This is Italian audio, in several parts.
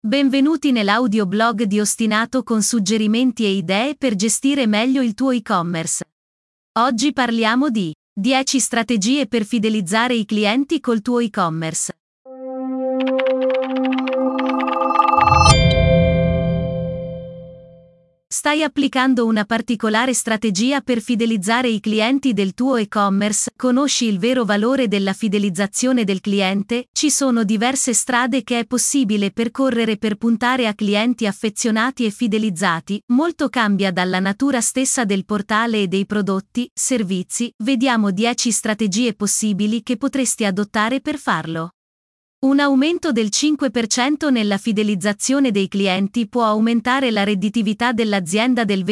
Benvenuti nell'audioblog di Ostinato con suggerimenti e idee per gestire meglio il tuo e-commerce. Oggi parliamo di 10 strategie per fidelizzare i clienti col tuo e-commerce. Stai applicando una particolare strategia per fidelizzare i clienti del tuo e-commerce? Conosci il vero valore della fidelizzazione del cliente? Ci sono diverse strade che è possibile percorrere per puntare a clienti affezionati e fidelizzati. Molto cambia dalla natura stessa del portale e dei prodotti, servizi. Vediamo 10 strategie possibili che potresti adottare per farlo. Un aumento del 5% nella fidelizzazione dei clienti può aumentare la redditività dell'azienda del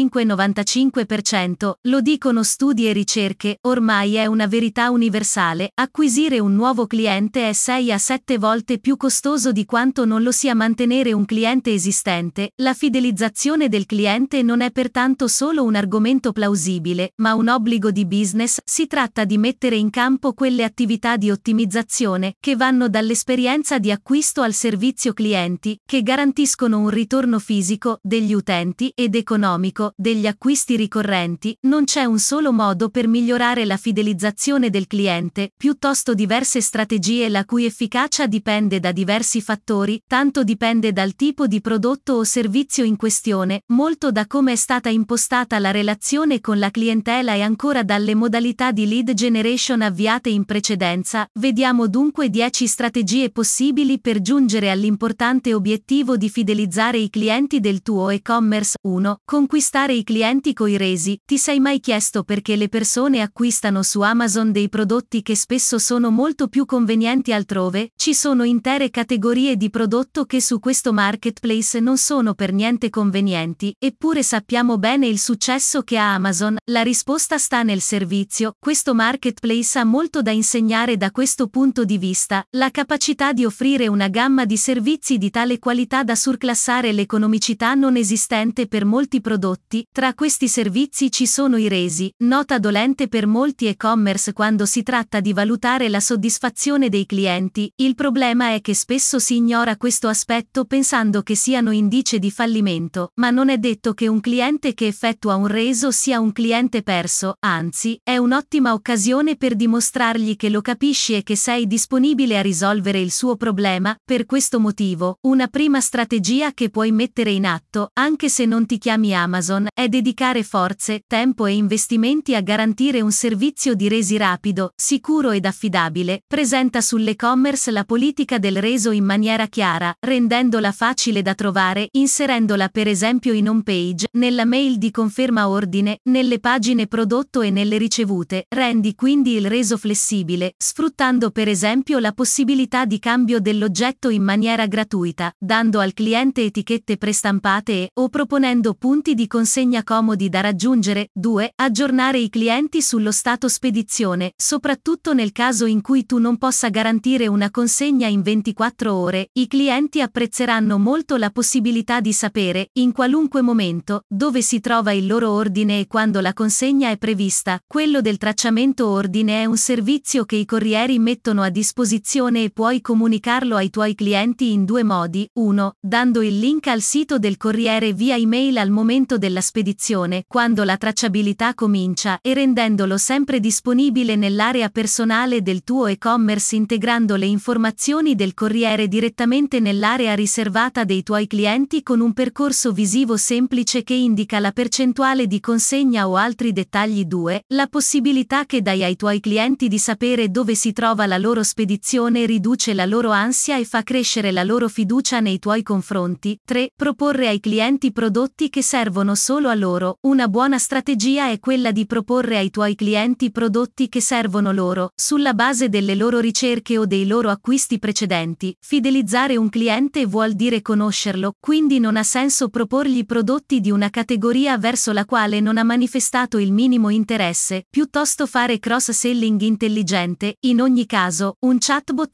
25-95%, lo dicono studi e ricerche, ormai è una verità universale, acquisire un nuovo cliente è 6 a 7 volte più costoso di quanto non lo sia mantenere un cliente esistente. La fidelizzazione del cliente non è pertanto solo un argomento plausibile, ma un obbligo di business. Si tratta di mettere in campo quelle attività di ottimizzazione che vanno dall'esperienza di acquisto al servizio clienti, che garantiscono un ritorno fisico degli utenti ed economico degli acquisti ricorrenti. Non c'è un solo modo per migliorare la fidelizzazione del cliente, piuttosto diverse strategie la cui efficacia dipende da diversi fattori, tanto dipende dal tipo di prodotto o servizio in questione, molto da come è stata impostata la relazione con la clientela e ancora dalle modalità di lead generation avviate in precedenza. Vediamo dunque 10 strategie possibili per giungere all'importante obiettivo di fidelizzare i clienti del tuo e-commerce. 1. Conquistare i clienti coi resi. Ti sei mai chiesto perché le persone acquistano su Amazon dei prodotti che spesso sono molto più convenienti altrove? Ci sono intere categorie di prodotto che su questo marketplace non sono per niente convenienti, eppure sappiamo bene il successo che ha Amazon. La risposta sta nel servizio. Questo marketplace ha molto da insegnare da questo punto di vista, la capacità di offrire una gamma di servizi di tale qualità da surclassare l'economicità non esistente per molti prodotti. Tra questi servizi ci sono i resi, nota dolente per molti e-commerce quando si tratta di valutare la soddisfazione dei clienti. Il problema è che spesso si ignora questo aspetto pensando che siano indice di fallimento, ma non è detto che un cliente che effettua un reso sia un cliente perso, anzi, è un'ottima occasione per dimostrargli che lo capisci e che sei disponibile a risolvere il suo problema. Per questo motivo, una prima strategia che puoi mettere in atto, anche se non ti chiami Amazon, è dedicare forze, tempo e investimenti a garantire un servizio di resi rapido, sicuro ed affidabile. Presenta sull'e-commerce la politica del reso in maniera chiara, rendendola facile da trovare, inserendola per esempio in home page, nella mail di conferma ordine, nelle pagine prodotto e nelle ricevute. Rendi quindi il reso flessibile, sfruttando per esempio la possibilità di cambio dell'oggetto in maniera gratuita, dando al cliente etichette prestampate o proponendo punti di consegna comodi da raggiungere. 2. Aggiornare i clienti sullo stato spedizione, soprattutto nel caso in cui tu non possa garantire una consegna in 24 ore, i clienti apprezzeranno molto la possibilità di sapere, in qualunque momento, dove si trova il loro ordine e quando la consegna è prevista. Quello del tracciamento ordine è un servizio che i corrieri mettono a disposizione e puoi comunicarlo ai tuoi clienti in due modi. 1. Dando il link al sito del corriere via email al momento della spedizione, quando la tracciabilità comincia, e rendendolo sempre disponibile nell'area personale del tuo e-commerce integrando le informazioni del corriere direttamente nell'area riservata dei tuoi clienti con un percorso visivo semplice che indica la percentuale di consegna o altri dettagli. 2. La possibilità che dai ai tuoi clienti di sapere dove si trova la loro spedizione riduce la loro ansia e fa crescere la loro fiducia nei tuoi confronti. 3. Proporre ai clienti prodotti che servono solo a loro. Una buona strategia è quella di proporre ai tuoi clienti prodotti che servono loro, sulla base delle loro ricerche o dei loro acquisti precedenti. Fidelizzare un cliente vuol dire conoscerlo, quindi non ha senso proporgli prodotti di una categoria verso la quale non ha manifestato il minimo interesse, piuttosto fare cross-selling intelligente. In ogni caso, un chatbot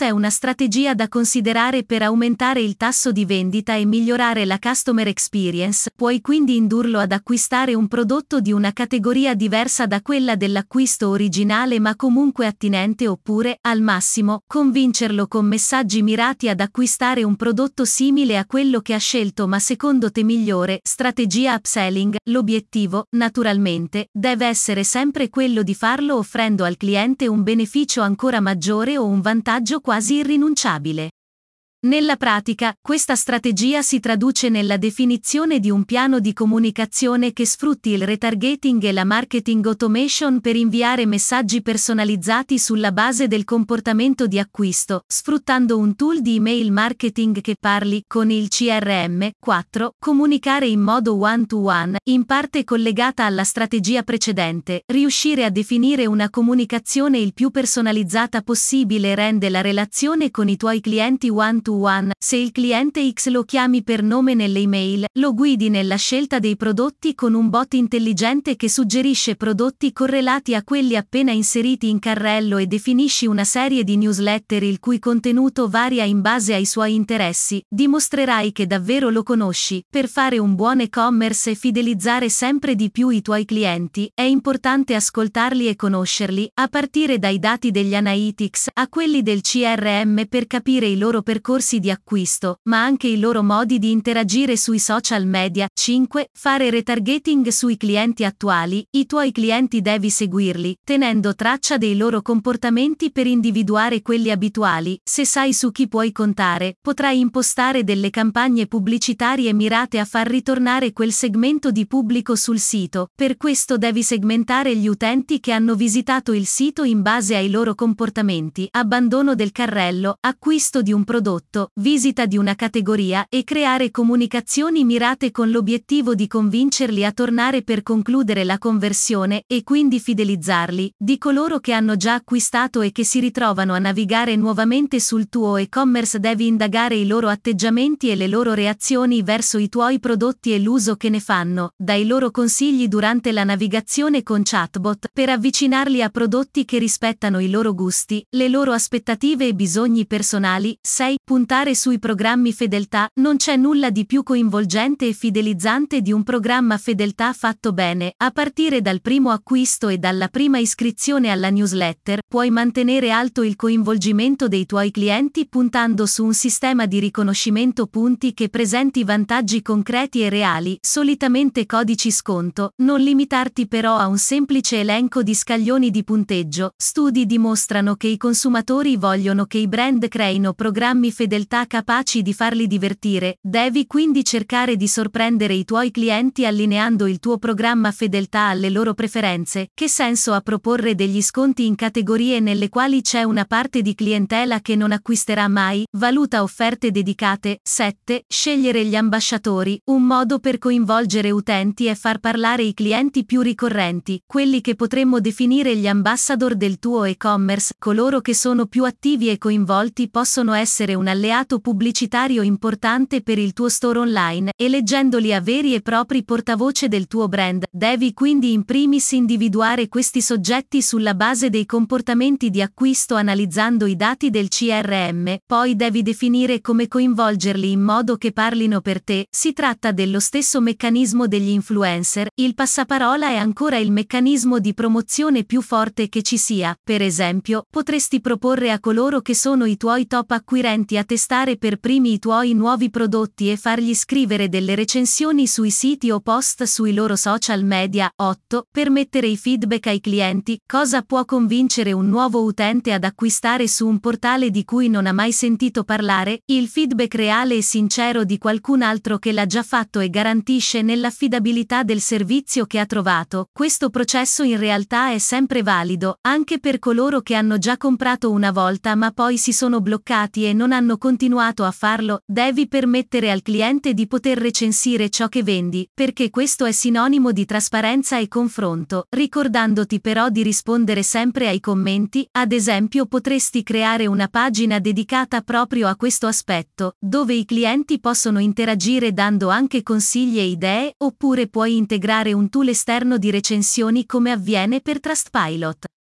è una strategia da considerare per aumentare il tasso di vendita e migliorare la customer experience, puoi quindi indurlo ad acquistare un prodotto di una categoria diversa da quella dell'acquisto originale ma comunque attinente oppure, al massimo, convincerlo con messaggi mirati ad acquistare un prodotto simile a quello che ha scelto ma secondo te migliore. Strategia upselling. L'obiettivo, naturalmente, deve essere sempre quello di farlo offrendo al cliente un beneficio ancora maggiore o un vantaggio quasi irrinunciabile. Nella pratica, questa strategia si traduce nella definizione di un piano di comunicazione che sfrutti il retargeting e la marketing automation per inviare messaggi personalizzati sulla base del comportamento di acquisto, sfruttando un tool di email marketing che parli con il CRM. 4. Comunicare in modo one-to-one, in parte collegata alla strategia precedente. Riuscire a definire una comunicazione il più personalizzata possibile rende la relazione con i tuoi clienti one-to-one. Se il cliente X lo chiami per nome nelle email, lo guidi nella scelta dei prodotti con un bot intelligente che suggerisce prodotti correlati a quelli appena inseriti in carrello e definisci una serie di newsletter il cui contenuto varia in base ai suoi interessi, dimostrerai che davvero lo conosci. Per fare un buon e-commerce e fidelizzare sempre di più i tuoi clienti, è importante ascoltarli e conoscerli, a partire dai dati degli analytics a quelli del CRM per capire i loro percorsi di acquisto, ma anche i loro modi di interagire sui social media. 5. Fare retargeting sui clienti attuali. I tuoi clienti devi seguirli, tenendo traccia dei loro comportamenti per individuare quelli abituali. Se sai su chi puoi contare, potrai impostare delle campagne pubblicitarie mirate a far ritornare quel segmento di pubblico sul sito. Per questo devi segmentare gli utenti che hanno visitato il sito in base ai loro comportamenti, abbandono del carrello, acquisto di un prodotto, visita di una categoria e creare comunicazioni mirate con l'obiettivo di convincerli a tornare per concludere la conversione e quindi fidelizzarli. Di coloro che hanno già acquistato e che si ritrovano a navigare nuovamente sul tuo e-commerce devi indagare i loro atteggiamenti e le loro reazioni verso i tuoi prodotti e l'uso che ne fanno, dai loro consigli durante la navigazione con chatbot per avvicinarli a prodotti che rispettano i loro gusti, le loro aspettative e bisogni personali. 6. Puntare sui programmi fedeltà. Non c'è nulla di più coinvolgente e fidelizzante di un programma fedeltà fatto bene. A partire dal primo acquisto e dalla prima iscrizione alla newsletter, puoi mantenere alto il coinvolgimento dei tuoi clienti puntando su un sistema di riconoscimento punti che presenti vantaggi concreti e reali, solitamente codici sconto. Non limitarti però a un semplice elenco di scaglioni di punteggio. Studi dimostrano che i consumatori vogliono che i brand creino programmi fedeltà capaci di farli divertire. Devi quindi cercare di sorprendere i tuoi clienti allineando il tuo programma fedeltà alle loro preferenze. Che senso ha proporre degli sconti in categorie nelle quali c'è una parte di clientela che non acquisterà mai? Valuta offerte dedicate. 7. Scegliere gli ambasciatori. Un modo per coinvolgere utenti è far parlare i clienti più ricorrenti, quelli che potremmo definire gli ambassador del tuo e-commerce. Coloro che sono più attivi e coinvolti possono essere un alleato pubblicitario importante per il tuo store online, eleggendoli a veri e propri portavoce del tuo brand. Devi quindi in primis individuare questi soggetti sulla base dei comportamenti di acquisto analizzando i dati del CRM, poi devi definire come coinvolgerli in modo che parlino per te. Si tratta dello stesso meccanismo degli influencer, il passaparola è ancora il meccanismo di promozione più forte che ci sia. Per esempio, potresti proporre a coloro che sono i tuoi top acquirenti a testare per primi i tuoi nuovi prodotti e fargli scrivere delle recensioni sui siti o post sui loro social media. 8. Permettere i feedback ai clienti. Cosa può convincere un nuovo utente ad acquistare su un portale di cui non ha mai sentito parlare? Il feedback reale e sincero di qualcun altro che l'ha già fatto e garantisce nell'affidabilità del servizio che ha trovato. Questo processo in realtà è sempre valido, anche per coloro che hanno già comprato una volta ma poi si sono bloccati e non hanno continuato a farlo. Devi permettere al cliente di poter recensire ciò che vendi, perché questo è sinonimo di trasparenza e confronto, ricordandoti però di rispondere sempre ai commenti. Ad esempio, potresti creare una pagina dedicata proprio a questo aspetto, dove i clienti possono interagire dando anche consigli e idee, oppure puoi integrare un tool esterno di recensioni come avviene per Trustpilot.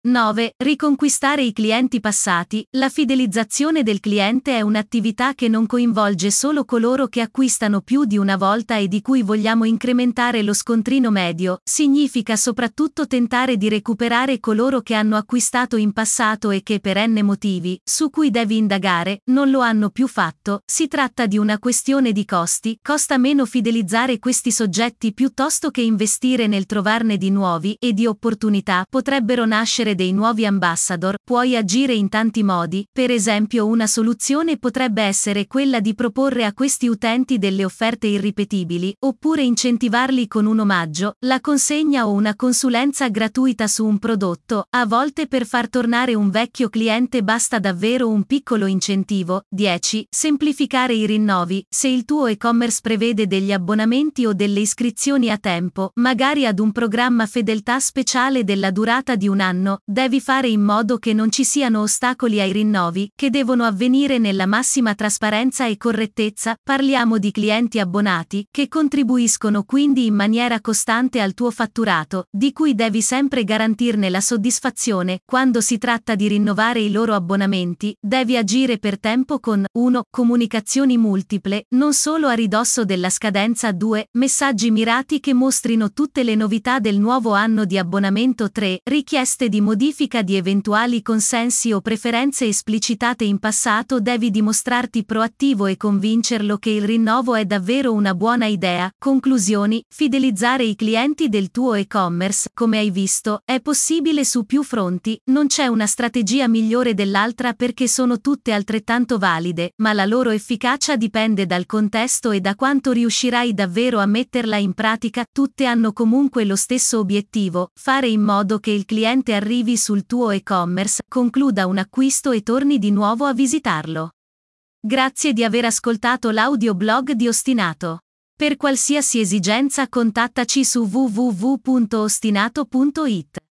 9. Riconquistare i clienti passati. La fidelizzazione del cliente è un'attività che non coinvolge solo coloro che acquistano più di una volta e di cui vogliamo incrementare lo scontrino medio, significa soprattutto tentare di recuperare coloro che hanno acquistato in passato e che per n motivi, su cui devi indagare, non lo hanno più fatto. Si tratta di una questione di costi, costa meno fidelizzare questi soggetti piuttosto che investire nel trovarne di nuovi e di opportunità potrebbero nascere dei nuovi ambassador. Puoi agire in tanti modi, per esempio una soluzione potrebbe essere quella di proporre a questi utenti delle offerte irripetibili, oppure incentivarli con un omaggio, la consegna o una consulenza gratuita su un prodotto. A volte per far tornare un vecchio cliente basta davvero un piccolo incentivo. 10. Semplificare i rinnovi. Se il tuo e-commerce prevede degli abbonamenti o delle iscrizioni a tempo, magari ad un programma fedeltà speciale della durata di un anno, devi fare in modo che non ci siano ostacoli ai rinnovi, che devono avvenire nella massima trasparenza e correttezza. Parliamo di clienti abbonati, che contribuiscono quindi in maniera costante al tuo fatturato, di cui devi sempre garantirne la soddisfazione. Quando si tratta di rinnovare i loro abbonamenti, devi agire per tempo con 1. Comunicazioni multiple, non solo a ridosso della scadenza. 2. Messaggi mirati che mostrino tutte le novità del nuovo anno di abbonamento. 3. Richieste di modifica di eventuali consensi o preferenze esplicitate in passato. Devi dimostrarti proattivo e convincerlo che il rinnovo è davvero una buona idea. Conclusioni: fidelizzare i clienti del tuo e-commerce, come hai visto, è possibile su più fronti. Non c'è una strategia migliore dell'altra perché sono tutte altrettanto valide, ma la loro efficacia dipende dal contesto e da quanto riuscirai davvero a metterla in pratica. Tutte hanno comunque lo stesso obiettivo: fare in modo che il cliente arrivi sul tuo e-commerce, concluda un acquisto e torni di nuovo a visitarlo. Grazie di aver ascoltato l'audioblog di Ostinato. Per qualsiasi esigenza contattaci su www.ostinato.it.